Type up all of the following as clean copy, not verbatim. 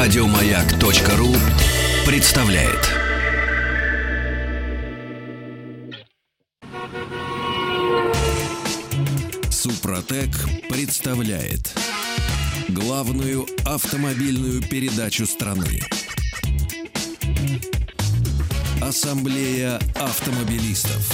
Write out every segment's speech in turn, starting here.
Радиомаяк.ру представляет. Супротек представляет главную автомобильную передачу страны. Ассамблея автомобилистов.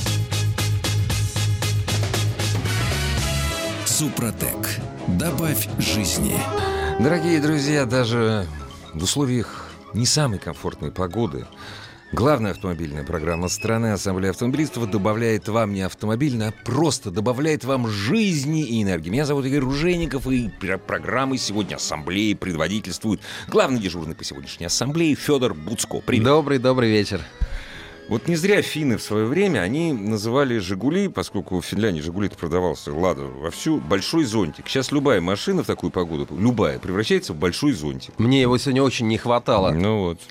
Супротек. Добавь жизни. Дорогие друзья, даже в условиях не самой комфортной погоды главная автомобильная программа страны «Ассамблея автомобилистов» добавляет вам не автомобильно, а просто добавляет вам жизни и энергии. Меня зовут Игорь Ружейников, и программой сегодня «Ассамблеи» предводительствует главный дежурный по сегодняшней ассамблее Федор Буцко. Привет. Добрый вечер. Вот не зря финны в свое время, они называли «Жигули», поскольку в Финляндии «Жигули»-то продавался, «Лада» вовсю, большой зонтик. Сейчас любая машина в такую погоду, любая, превращается в большой зонтик. Мне его сегодня очень не хватало. Ну вот.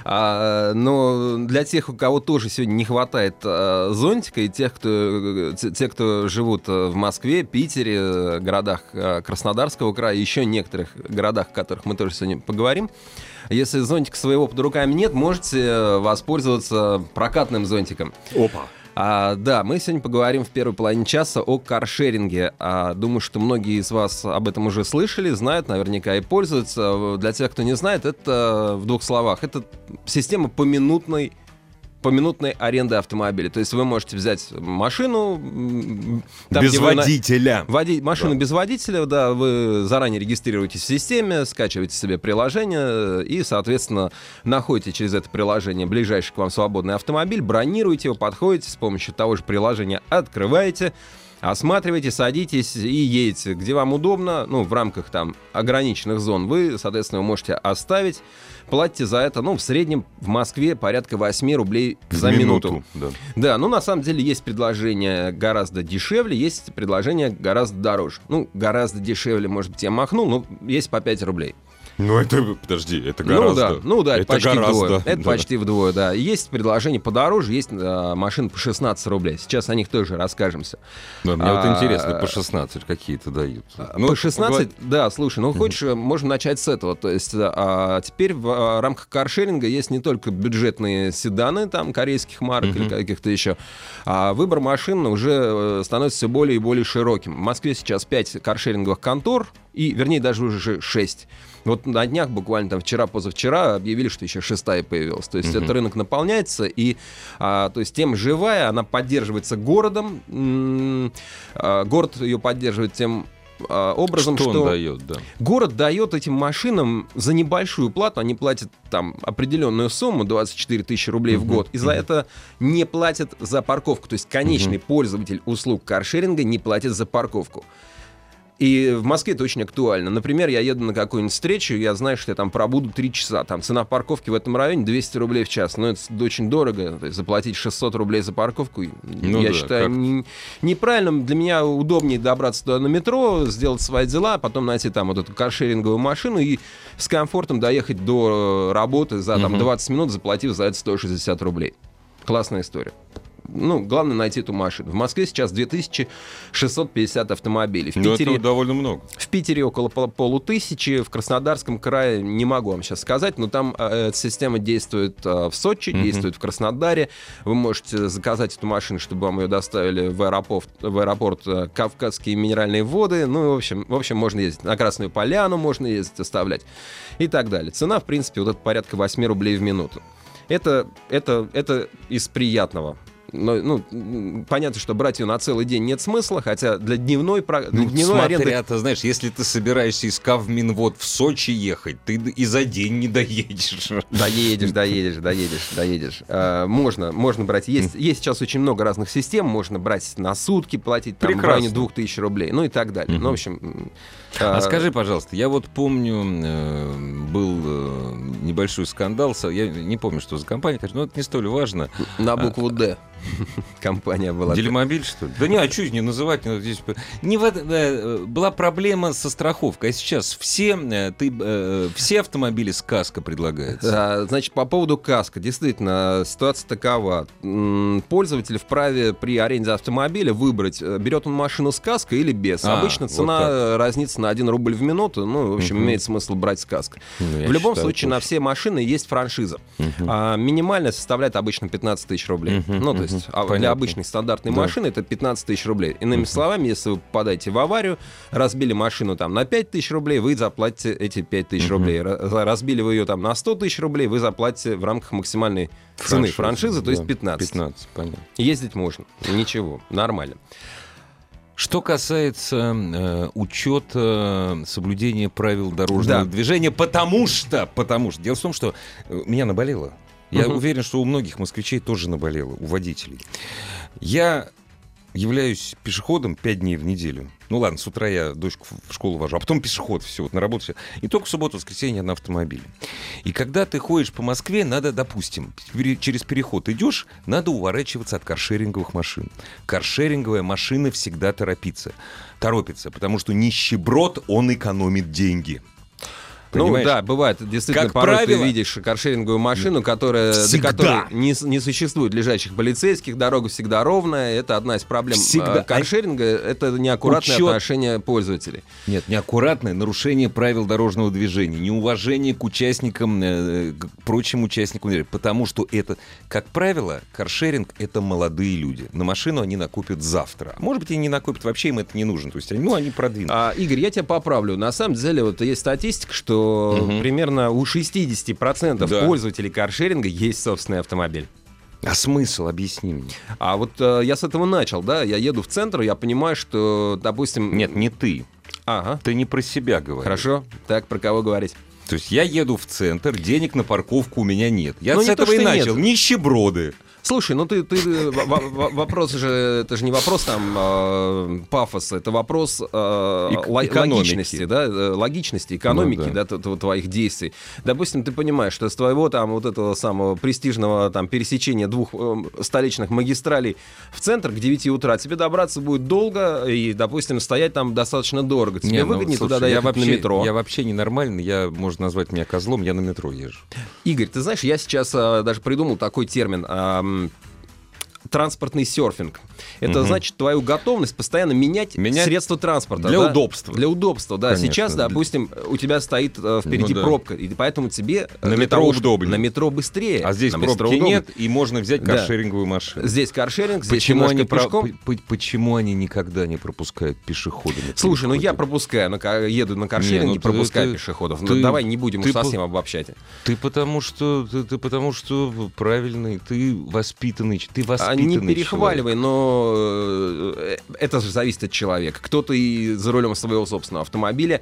Но для тех, у кого тоже сегодня не хватает зонтика, и те, кто живут в Москве, Питере, городах Краснодарского края, еще некоторых городах, о которых мы тоже сегодня поговорим, если зонтика своего под руками нет, можете воспользоваться прокатным зонтиком. Опа! Да, мы сегодня поговорим в первой половине часа о каршеринге. Думаю, что многие из вас об этом уже слышали, знают, наверняка и пользуются. Для тех, кто не знает, это в двух словах. Это система поминутной аренды автомобиля. То есть вы можете взять машину... Там, без водителя. Машину без водителя, да, вы заранее регистрируетесь в системе, скачиваете себе приложение и, соответственно, находите через это приложение ближайший к вам свободный автомобиль, бронируете его, подходите с помощью того же приложения, открываете, осматриваете, садитесь и едете, где вам удобно, в рамках там ограниченных зон. Вы, соответственно, можете оставить, платите за это, в среднем в Москве порядка 8 рублей за минуту. Да, на самом деле есть предложение гораздо дешевле, есть предложение гораздо дороже. Гораздо дешевле, может быть, я махнул, но есть по 5 рублей. Это гораздо. Это почти вдвое. Это почти вдвое, да. Есть предложение подороже, есть машины по 16 рублей. Сейчас о них тоже расскажемся. Да, мне вот интересно, по 16 какие-то дают. По 16, да, слушай, хочешь, можно начать с этого. То есть теперь в рамках каршеринга есть не только бюджетные седаны, там, корейских марок или каких-то еще, а выбор машин уже становится все более и более широким. В Москве сейчас 5 каршеринговых контор, вернее, даже уже 6. Вот на днях, буквально там вчера-позавчера, объявили, что еще 6-я появилась. То есть этот рынок наполняется, и то есть тема живая, она поддерживается городом. Город ее поддерживает тем образом, что он дает, да. Город дает этим машинам за небольшую плату, они платят там определенную сумму, 24 тысячи рублей в год, и за это не платят за парковку. То есть конечный пользователь услуг каршеринга не платит за парковку. И в Москве это очень актуально. Например, я еду на какую-нибудь встречу, я знаю, что я там пробуду 3 часа. Там цена парковки в этом районе 200 рублей в час. Но это очень дорого. То есть заплатить 600 рублей за парковку, я считаю, неправильно. Для меня удобнее добраться туда на метро, сделать свои дела, потом найти там вот эту каршеринговую машину и с комфортом доехать до работы за 20 минут, заплатив за это 160 рублей. Классная история. Главное найти эту машину. В Москве сейчас 2650 автомобилей. В Питере, это довольно много. В Питере около 1500. В Краснодарском крае не могу вам сейчас сказать, но там эта система действует в Сочи, действует в Краснодаре. Вы можете заказать эту машину, чтобы вам ее доставили в аэропорт Кавказские минеральные воды. В общем, можно ездить на Красную Поляну, можно ездить, оставлять и так далее. Цена, в принципе, вот это порядка 8 рублей в минуту. Это из приятного. Понятно, что брать ее на целый день нет смысла, хотя для дневной аренды... Ты знаешь, если ты собираешься из Кавминвод в Сочи ехать, ты и за день не доедешь. Доедешь. Можно брать. Есть сейчас очень много разных систем, можно брать на сутки, платить там в районе 2000 рублей, и так далее. В общем... скажи, пожалуйста, я вот помню, был небольшой скандал, я не помню, что за компания, но это не столь важно. На букву «Д». компания была. Делимобиль, что ли? Да не, а что не называть? Здесь... Была проблема со страховкой. А сейчас все автомобили с каско предлагаются. Значит, по поводу каска. Действительно, ситуация такова. Пользователь вправе при аренде автомобиля выбрать, берет он машину с каской или без. Обычно цена разнится на 1 рубль в минуту. Ну, в общем, имеет смысл брать с каской. В любом случае, на все машины есть франшиза. Минимальная составляет обычно 15 тысяч рублей. Ну, то есть для обычной стандартной машины это 15 тысяч рублей. Иными словами, если вы попадаете в аварию, разбили машину там на 5 тысяч рублей, вы заплатите эти 5 тысяч рублей. Разбили вы ее там на 100 тысяч рублей, вы заплатите в рамках максимальной цены франшизы, то есть 15. 15, понятно. Ездить можно. Ничего, нормально. Что касается учета соблюдения правил дорожного движения, потому что дело в том, что меня наболело. Я уверен, что у многих москвичей тоже наболело, у водителей. Я являюсь пешеходом 5 дней в неделю. Ну ладно, с утра я дочку в школу вожу, а потом пешеход, все, вот на работу все. И только в субботу, воскресенье на автомобиле. И когда ты ходишь по Москве, надо, допустим, через переход идешь, надо уворачиваться от каршеринговых машин. Каршеринговая машина всегда торопится, потому что нищеброд, он экономит деньги. Понимаешь? Ну да, бывает. Действительно, как порой правило, ты видишь каршеринговую машину, для которой не существует лежачих полицейских, дорога всегда ровная. Это одна из проблем каршеринга. Это неаккуратное отношение пользователей. Нет, неаккуратное нарушение правил дорожного движения, неуважение к участникам, к прочим участникам. Потому что это, как правило, каршеринг — это молодые люди. На машину они накопят завтра. Может быть, и не накопят, вообще им это не нужно. То есть, они продвинут. Игорь, я тебя поправлю. На самом деле, вот есть статистика, что примерно у 60% пользователей каршеринга есть собственный автомобиль. А смысл? Объясни мне. А вот я с этого начал, да? Я еду в центр, я понимаю, что, допустим... Нет, не ты. Ага. Ты не про себя говоришь. Хорошо. Так, про кого говорить? То есть я еду в центр, денег на парковку у меня нет. Я с этого и начал. Нищеброды. Слушай, ну ты вопрос же, это же не вопрос там пафоса, это вопрос логичности, да, логичности, экономики, да, твоих действий. Допустим, ты понимаешь, что с твоего там вот этого самого престижного там пересечения 2 столичных магистралей в центр к 9 утра тебе добраться будет долго и, допустим, стоять там достаточно дорого. Тебе выгоднее туда доехать на метро. Я вообще ненормальный, можно назвать меня козлом, я на метро езжу. Игорь, ты знаешь, я сейчас даже придумал такой термин транспортный серфинг. Это значит твою готовность постоянно менять средства транспорта. Для удобства. Для удобства, да. Конечно. Сейчас, допустим, у тебя стоит впереди пробка, и поэтому тебе на метро удобнее. На метро быстрее. А здесь пробки нет, и можно взять каршеринговую машину. Здесь каршеринг, здесь немножко пешком. Почему они никогда не пропускают пешеходов? Слушай, я пропускаю, еду на каршеринге, пропускаю пешеходов. Давай не будем совсем обобщать. Ты потому что правильный, ты воспитанный, не перехваливай, но это же зависит от человека. Кто-то и за рулем своего собственного автомобиля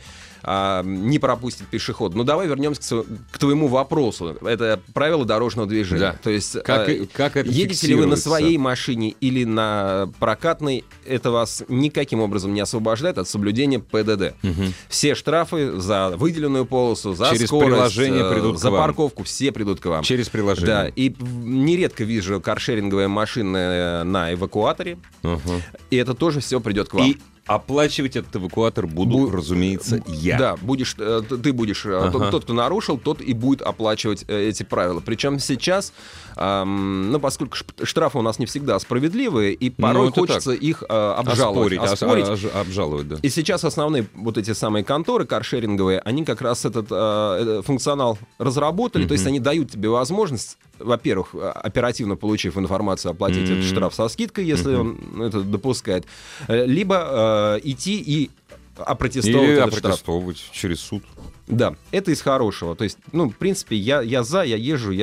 не пропустит пешеход. Но давай вернемся к твоему вопросу. Это правило дорожного движения. Да. То есть, как это едете ли вы на своей машине или на прокатной, это вас никаким образом не освобождает от соблюдения ПДД. Все штрафы за выделенную полосу, за через скорость, приложение придут за парковку, все придут к вам. Через приложение. Да, и нередко вижу каршеринговые машины на эвакуаторе, и это тоже все придет к вам. И оплачивать этот эвакуатор буду, разумеется, я. Да, ты будешь, тот, кто нарушил, тот и будет оплачивать эти правила. Причем сейчас, поскольку штрафы у нас не всегда справедливые, и порой хочется их обжаловать. Обжаловать, да. И сейчас основные вот эти самые конторы каршеринговые, они как раз этот функционал разработали, то есть они дают тебе возможность, во-первых, оперативно получив информацию, оплатить этот штраф со скидкой, если он это допускает, либо идти и опротестовывать этот штраф. Опротестовывать через суд. Да, это из хорошего. То есть, в принципе, я езжу,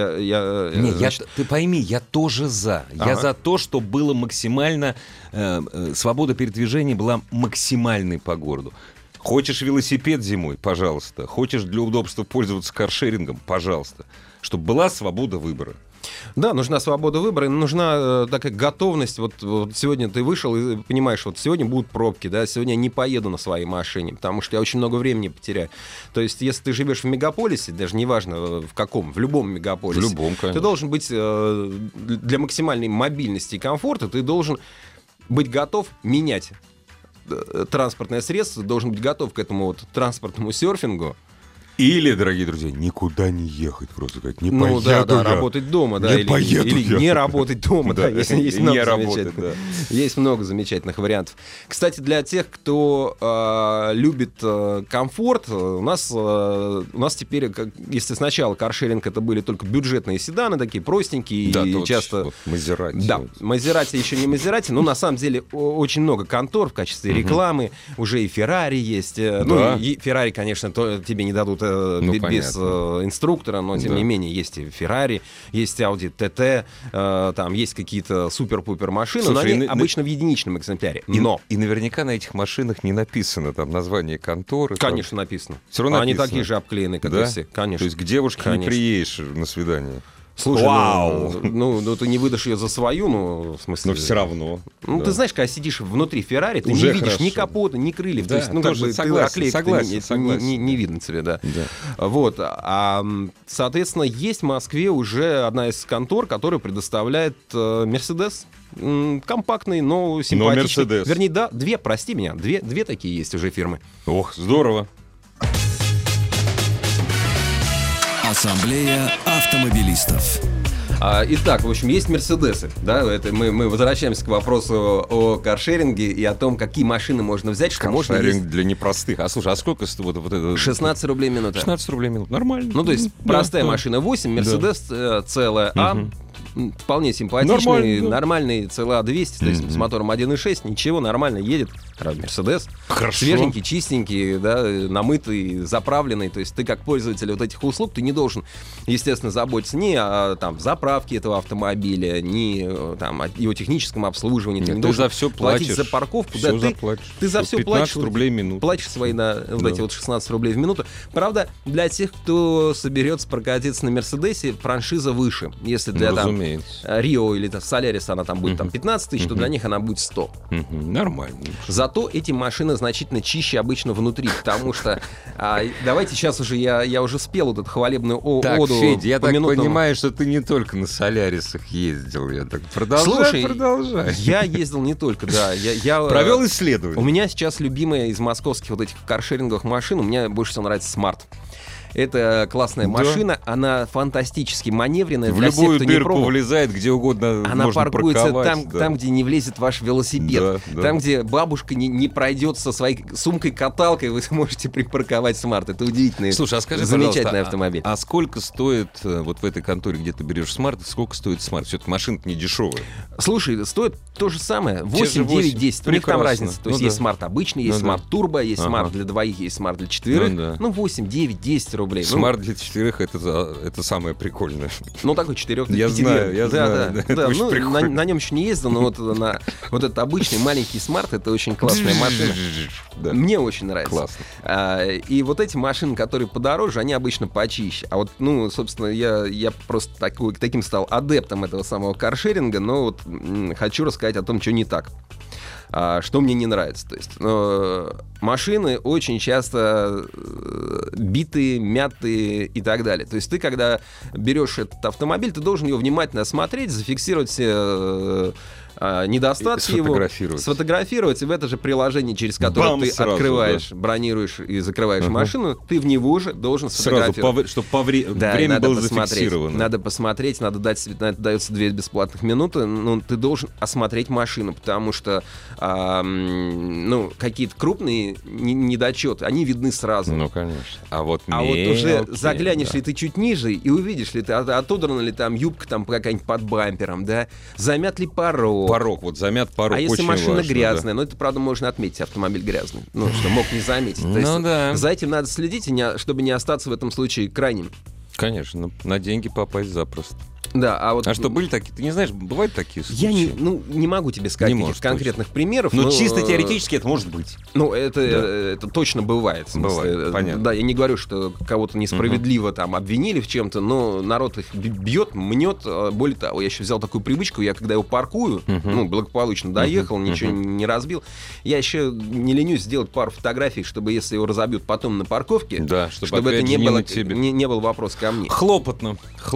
ты пойми, я тоже за. Я за то, чтобы было максимально... свобода передвижения была максимальной по городу. Хочешь велосипед зимой? Пожалуйста. Хочешь для удобства пользоваться каршерингом? Пожалуйста. Чтобы была свобода выбора. Да, нужна свобода выбора, и нужна такая готовность. Вот сегодня ты вышел и понимаешь, вот сегодня будут пробки, да, сегодня я не поеду на своей машине, потому что я очень много времени потеряю. То есть, если ты живешь в мегаполисе, даже неважно в каком, в любом мегаполисе, В любом, конечно. ты должен быть для максимальной мобильности и комфорта, ты должен быть готов менять транспортное средство, должен быть готов к этому вот транспортному серфингу. Или, дорогие друзья, никуда не ехать, просто сказать, не Ну поеду да, я. работать дома, да, Не поеду или я. не работать дома, да, есть не много работать, замечательных. Есть много замечательных вариантов. Кстати, для тех, кто любит комфорт, у нас теперь, если сначала каршеринг это были только бюджетные седаны, такие простенькие, Да, и вот часто... вот Мазерати. Да, Мазерати еще не Мазерати, но на самом деле очень много контор в качестве рекламы, уже и Феррари есть. Ну, и Феррари, конечно, тебе не дадут без инструктора, но тем не менее есть и Феррари, есть Audi TT, там есть какие-то супер-пупер машины, Слушай, но они обычно в единичном экземпляре. Но И наверняка на этих машинах не написано там название конторы. конечно, написано. Всё равно Они написано. такие же обклеены, как Да? и все. Конечно. То есть к девушке Конечно. не приедешь на свидание. Слушай, Вау! ну ты не выдашь ее за свою, ну, в смысле... Но все равно. Ну, да. ты знаешь, когда сидишь внутри Феррари, ты Уже не видишь хорошо. ни капота, ни крыльев. Да, То есть, ну, как тоже бы согласен, оклеек согласен. не видно тебе, да. Да. Вот. Соответственно, есть в Москве уже одна из контор, которая предоставляет Мерседес. Компактный, но симпатичный. Мерседес. Вернее, да, две такие есть уже фирмы. Ох, здорово. Ассамблея автомобилистов. Итак, в общем, есть Мерседесы, да, это мы возвращаемся к вопросу о каршеринге и о том, какие машины можно взять, что можно Каршеринг ездить. для непростых. А слушай, а сколько стоит вот это? 16 рублей минута. 16 рублей минут. Нормально. Ну, то есть Да, простая да. машина 8, Мерседес целая А, вполне симпатичный, Нормально, да. нормальный целая 200, то есть с мотором 1.6, ничего, нормально едет. Мерседес. Хорошо. Свеженький, чистенький, да, намытый, заправленный. То есть ты как пользователь вот этих услуг, ты не должен, естественно, заботиться ни о там, заправке этого автомобиля, ни там, о его техническом обслуживании. Нет, не ты должен за все платить платишь. за парковку. Всё Да, заплатишь. ты за все 15 платишь. рублей в минуту. Платишь свои вот Да. эти вот 16 рублей в минуту. Правда, для тех, кто соберется прокатиться на Мерседесе, франшиза выше. Если для там разумеется. Рио или Солярис она там будет там 15 тысяч, то для них она будет 100. Нормально. Зато эти машины значительно чище обычно внутри, потому что давайте сейчас уже я уже спел вот эту хвалебную Так, оду Федь, я так поминутному. понимаю, что ты не только на Солярисах ездил. Я так Слушай, продолжай. я ездил не только, да. Я Провел У исследование. меня сейчас любимая из московских вот этих каршеринговых машин, у меня больше всего нравится Smart. Это классная Да. машина, она фантастически маневренная. В для любую всех, кто не дырку пробовал. влезает, где угодно Она можно паркуется парковать, да. там, где не влезет ваш велосипед. Да, да. Там, где бабушка не пройдет со своей сумкой-каталкой, вы сможете припарковать Смарт. Это удивительный, Слушай, а скажи, замечательный пожалуйста, автомобиль. А сколько стоит вот в этой конторе, где ты берешь смарт, сколько стоит смарт? Все-таки машина-то не дешевая. Слушай, стоит то же самое. Те же 8, 9, 8. 10. У них там Прекрасно. разница. То есть Ну есть да. смарт обычный, есть Ну да. смарт турбо, есть Ага. смарт для двоих, есть смарт для четверых. Ну да. Ну, 8, 9, 10 рублей. Смарт для четверых это самое прикольное. Ну, такой 4 Я знаю, я знаю, да, это очень Ну, прикольно. на нем еще не ездил, но вот вот этот обычный маленький смарт, это очень классная машина. Да. Мне очень нравится. Классно. И вот эти машины, которые подороже, они обычно почище. А вот, ну, собственно, я просто таким стал адептом этого самого каршеринга, но вот хочу рассказать о том, что не так. Что мне не нравится. То есть, машины очень часто битые, мятые и так далее. То есть ты, когда берешь этот автомобиль, ты должен его внимательно осмотреть, зафиксировать все недостатки его, сфотографировать, и в это же приложение, через которое Бам, ты сразу, открываешь, бронируешь и закрываешь машину, ты в него же должен сфотографировать. Чтобы Да, время надо было посмотреть. зафиксировано. Надо посмотреть, надо дать, на это дается 2 бесплатных минуты, но ты должен осмотреть машину, потому что какие-то крупные недочеты, они видны сразу. Ну, конечно. А вот уже заглянешь ли ты чуть ниже и увидишь ли ты, отодрана ли там юбка там какая-нибудь под бампером, да, замят ли порог. Вот замят порог, А если очень машина важно, грязная, ну это, правда, можно отметить, автомобиль грязный. Ну, что мог не заметить. То есть да. за этим надо следить, чтобы не остаться в этом случае крайним. Конечно, на деньги попасть запросто. Да, а вот... А что, были такие? Ты не знаешь, бывают такие случаи? Я не могу тебе сказать Не каких-то можешь конкретных примеров. Но чисто теоретически это может быть. Ну, это точно бывает. В смысле. Бывает, понятно. Да, я не говорю, что кого-то несправедливо там обвинили в чем-то, но народ их бьет, мнет. Более того, я еще взял такую привычку, я когда его паркую, благополучно доехал, ничего не разбил, я еще не ленюсь сделать пару фотографий, чтобы, если его разобьют потом на парковке, Да, чтобы это опять же не был вопрос ко мне. Хлопотно.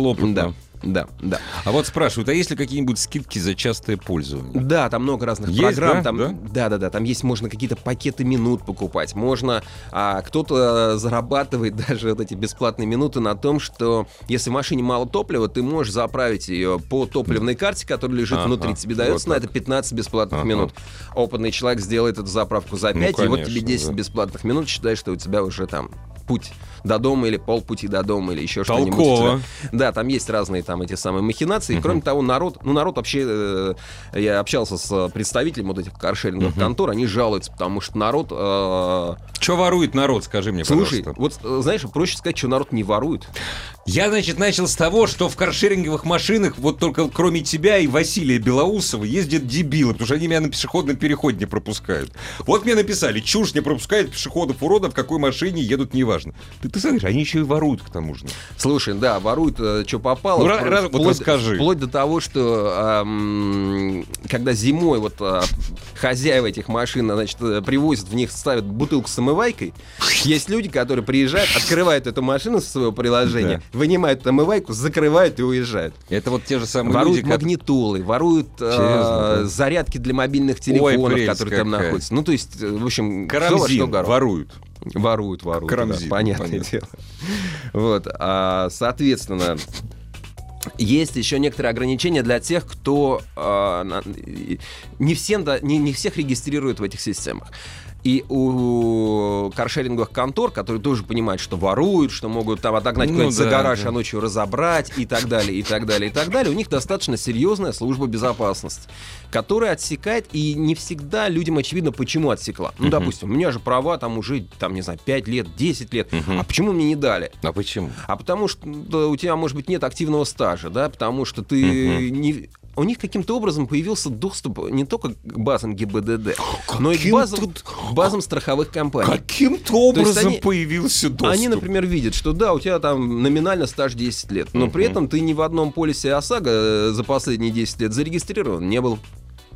Да. А вот спрашивают, а есть ли какие-нибудь скидки за частое пользование? Да, там много разных Есть, программ. да? Да. Там есть, можно какие-то пакеты минут покупать. Можно, кто-то зарабатывает даже вот эти бесплатные минуты на том, что если в машине мало топлива, ты можешь заправить ее по топливной карте, которая лежит внутри. Тебе дается на это 15 бесплатных минут. Опытный человек сделает эту заправку за 5, и вот тебе 10 бесплатных минут, считай, что у тебя уже там путь до дома или полпути до дома или еще что-нибудь. Толково. Да, там есть разные там эти самые махинации. Кроме того, народ вообще, я общался с представителями вот этих каршеринговых контор, они жалуются, потому что народ... Что ворует народ, скажи мне, Слушай, пожалуйста. вот, знаешь, проще сказать, что народ не ворует. Я, начал с того, что в каршеринговых машинах вот только кроме тебя и Василия Белоусова ездят дебилы, потому что они меня на пешеходном переходе не пропускают. Вот мне написали, чушь не пропускает пешеходов, уродов, в какой машине едут, неважно. Ты знаешь, они еще и воруют к тому же. Слушай, да, воруют, что попало. Вот расскажи. Вплоть до того, что когда зимой хозяева этих машин, привозят в них, ставят бутылку с омывайкой, есть люди, которые приезжают, открывают эту машину со своего приложения, вынимают омывайку, закрывают и уезжают. Это вот те же самые воруют люди, магнитолы, воруют зарядки для мобильных телефонов, которые там находятся. Ну, то есть, в общем, Карамзин воруют. Воруют, Карамзин, да, понятное дело. Вот, соответственно, есть еще некоторые ограничения для тех, кто не всех регистрирует в этих системах. И у каршеринговых контор, которые тоже понимают, что воруют, что могут там отогнать куда-нибудь за гараж, а ночью разобрать и так далее, и так далее, и так далее, у них достаточно серьезная служба безопасности, которая отсекает, и не всегда людям очевидно, почему отсекла. Ну, допустим, у меня же права там уже, не знаю, 5 лет, 10 лет, а почему мне не дали? А почему? А потому что у тебя, может быть, нет активного стажа, да, потому что ты не... У них каким-то образом появился доступ не только к базам ГИБДД, но и к базам страховых компаний. Каким-то образом появился доступ? Они, например, видят, что да, у тебя там номинально стаж 10 лет, но при этом ты ни в одном полисе ОСАГО за последние 10 лет зарегистрирован не был.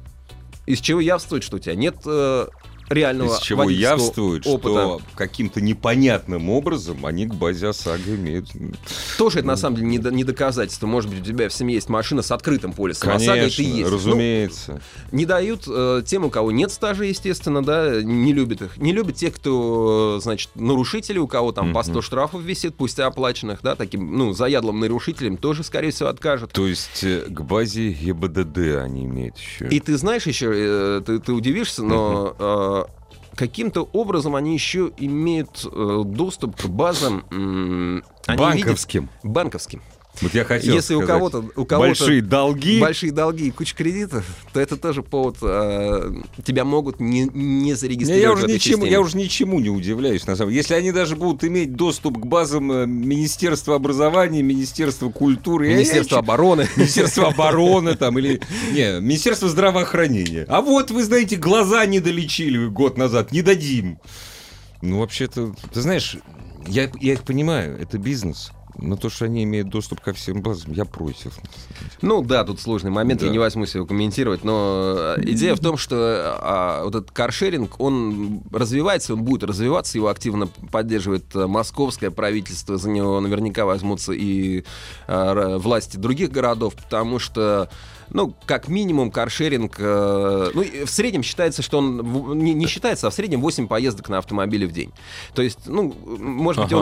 Из чего явствует, что у тебя нет реального из чего явствует, опыта. Что каким-то непонятным образом они к базе ОСАГО имеют. Тоже это на самом деле не доказательство. Может быть, у тебя в семье есть машина с открытым полисом ОСАГО, и ты есть. Разумеется. Не дают тем, у кого нет стажа, естественно, да, не любят их. Не любят тех, кто, значит, нарушители, у кого там по 100 штрафов висит, пусть и оплаченных, да, таким, заядлым нарушителям тоже, скорее всего, откажут. То есть к базе ГИБДД они имеют еще. И ты знаешь еще, ты удивишься, но каким-то образом они еще имеют доступ к базам банковским. Банковским. Вот я хотел Если сказать, у кого-то большие долги и куча кредитов, то это тоже повод, тебя могут не зарегистрировать в этой системе. Я уже ничему не удивляюсь, на самом деле. Если они даже будут иметь доступ к базам Министерства образования, Министерства культуры... Министерства обороны. Министерства обороны там, или... Не, Министерство здравоохранения. А вот, вы знаете, глаза не долечили год назад, не дадим. Ну, вообще-то, ты знаешь, я их понимаю, это бизнес. Но то, что они имеют доступ ко всем базам, я против. Ну да, тут сложный момент, я не возьмусь его комментировать, но идея в том, что вот этот каршеринг, он развивается, он будет развиваться, его активно поддерживает московское правительство, за него наверняка возьмутся и власти других городов, потому что как минимум каршеринг, в среднем считается, что он не считается, а в среднем 8 поездок на автомобиле в день. То есть, может быть,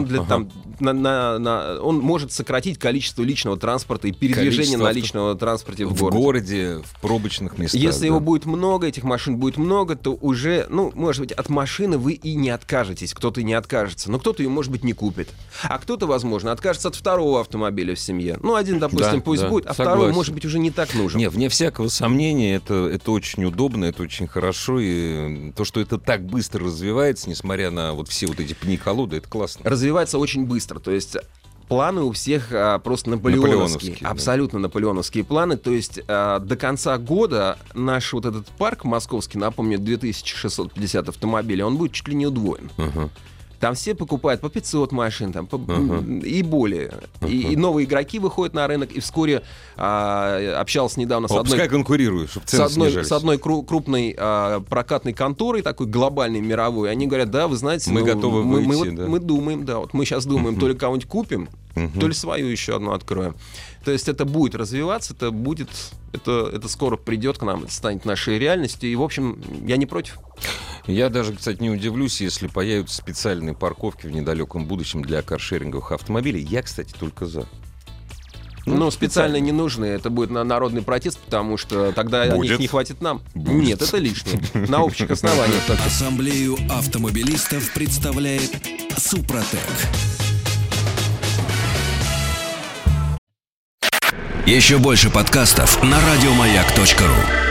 он может сократить количество личного транспорта и передвижения на личном транспорте в городе. В городе, в пробочных местах. Если его будет много, этих машин будет много, то уже, может быть, от машины вы и не откажетесь. Кто-то и не откажется, но кто-то ее, может быть, не купит. А кто-то, возможно, откажется от второго автомобиля в семье. Один, допустим, пусть будет, а второй, может быть, уже не так нужен. Нет, вне всякого сомнения, это очень удобно, это очень хорошо, и то, что это так быстро развивается, несмотря на все вот эти пни-колоды, это классно. Развивается очень быстро, то есть планы у всех просто наполеоновские. Да. Абсолютно наполеоновские планы. То есть до конца года наш вот этот парк московский, напомню, 2650 автомобилей, он будет чуть ли не удвоен. Там все покупают по 500 машин там, и более. И новые игроки выходят на рынок. И вскоре общался недавно пускай конкурируют, чтобы цены снижались. с одной крупной прокатной конторой, такой глобальной, мировой. Они говорят, да, вы знаете, мы готовы выйти. Мы думаем, да, вот мы сейчас думаем, то ли кого-нибудь купим, то ли свою еще одну откроем. То есть это будет развиваться, это скоро придет к нам, это станет нашей реальностью. И, в общем, я не против. Я даже, кстати, не удивлюсь, если появятся специальные парковки в недалеком будущем для каршеринговых автомобилей. Я, кстати, только за. Специально не нужны. Это будет народный протест, потому что тогда их не хватит нам. Нет, это лишнее. На общих основаниях. Ассамблею автомобилистов представляет Супротек. Еще больше подкастов на радиомаяк.ру.